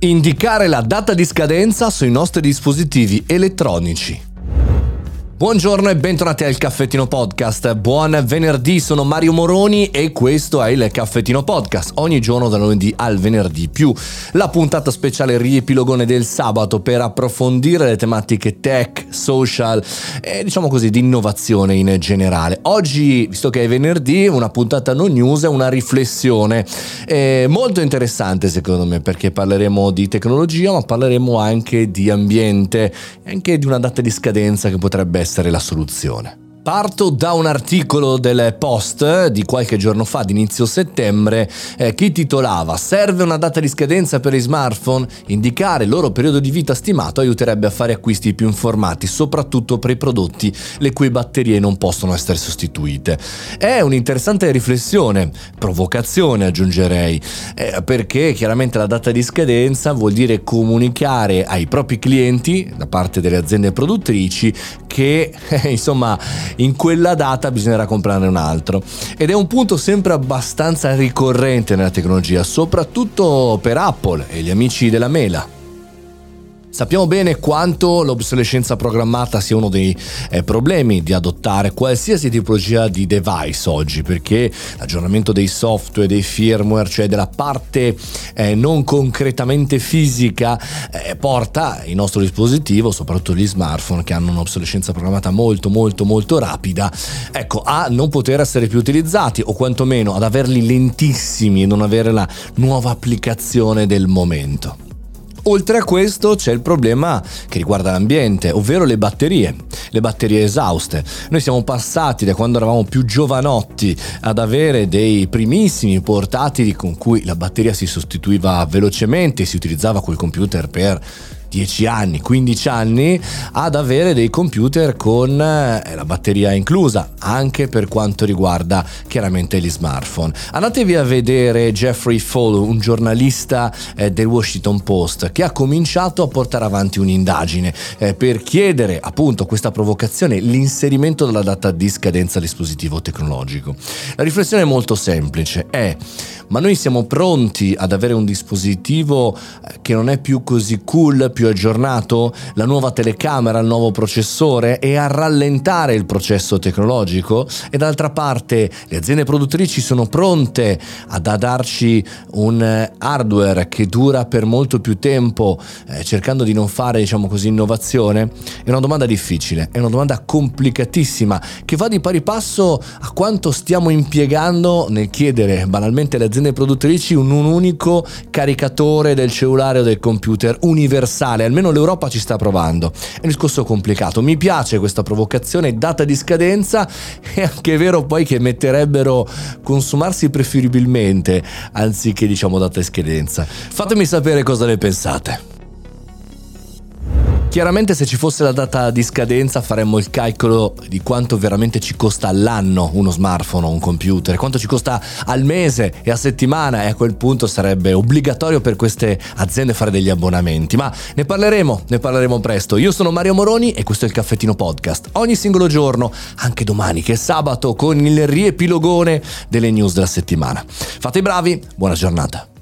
Indicare la data di scadenza sui nostri dispositivi elettronici. Buongiorno e bentornati al Caffettino Podcast. Buon venerdì, sono Mario Moroni e questo è il Caffettino Podcast. Ogni giorno da lunedì al venerdì più la puntata speciale riepilogone del sabato per approfondire le tematiche tech, social e diciamo così di innovazione in generale. Oggi, visto che è venerdì, una puntata non news e una riflessione molto interessante secondo me, perché parleremo di tecnologia ma parleremo anche di ambiente e anche di una data di scadenza che potrebbe essere la soluzione. Parto da un articolo del Post di qualche giorno fa, di inizio settembre, che titolava "Serve una data di scadenza per i smartphone? Indicare il loro periodo di vita stimato aiuterebbe a fare acquisti più informati, soprattutto per i prodotti le cui batterie non possono essere sostituite". È un'interessante riflessione, provocazione aggiungerei, perché chiaramente la data di scadenza vuol dire comunicare ai propri clienti, da parte delle aziende produttrici, che insomma in quella data bisognerà comprarne un altro, ed è un punto sempre abbastanza ricorrente nella tecnologia, soprattutto per Apple e gli amici della mela. Sappiamo bene quanto l'obsolescenza programmata sia uno dei problemi di adottare qualsiasi tipologia di device oggi, perché l'aggiornamento dei software, dei firmware, cioè della parte non concretamente fisica, porta il nostro dispositivo, soprattutto gli smartphone che hanno un'obsolescenza programmata molto rapida, a non poter essere più utilizzati, o quantomeno ad averli lentissimi e non avere la nuova applicazione del momento. Oltre a questo c'è il problema che riguarda l'ambiente, ovvero le batterie esauste. Noi siamo passati da quando eravamo più giovanotti ad avere dei primissimi portatili con cui la batteria si sostituiva velocemente, si utilizzava quel computer per 10 anni, 15 anni, ad avere dei computer con la batteria inclusa, anche per quanto riguarda chiaramente gli smartphone. Andatevi a vedere Jeffrey Fall, un giornalista del Washington Post, che ha cominciato a portare avanti un'indagine per chiedere appunto questa provocazione, l'inserimento della data di scadenza al dispositivo tecnologico. La riflessione è molto semplice, ma noi siamo pronti ad avere un dispositivo che non è più così cool, più aggiornato, la nuova telecamera, il nuovo processore, e a rallentare il processo tecnologico? E d'altra parte le aziende produttrici sono pronte a darci un hardware che dura per molto più tempo, cercando di non fare diciamo così innovazione? È una domanda difficile, è una domanda complicatissima, che va di pari passo a quanto stiamo impiegando nel chiedere banalmente alle aziende produttrici un unico caricatore del cellulare o del computer universale. Almeno l'Europa ci sta provando. È un discorso complicato. Mi piace questa provocazione, data di scadenza. È anche vero poi che metterebbero consumarsi preferibilmente anziché diciamo data di scadenza. Fatemi sapere cosa ne pensate. Chiaramente se ci fosse la data di scadenza faremmo il calcolo di quanto veramente ci costa all'anno uno smartphone o un computer, quanto ci costa al mese e a settimana, e a quel punto sarebbe obbligatorio per queste aziende fare degli abbonamenti. Ma ne parleremo presto. Io sono Mario Moroni e questo è il Caffettino Podcast. Ogni singolo giorno, anche domani che è sabato, con il riepilogone delle news della settimana. Fate i bravi, buona giornata.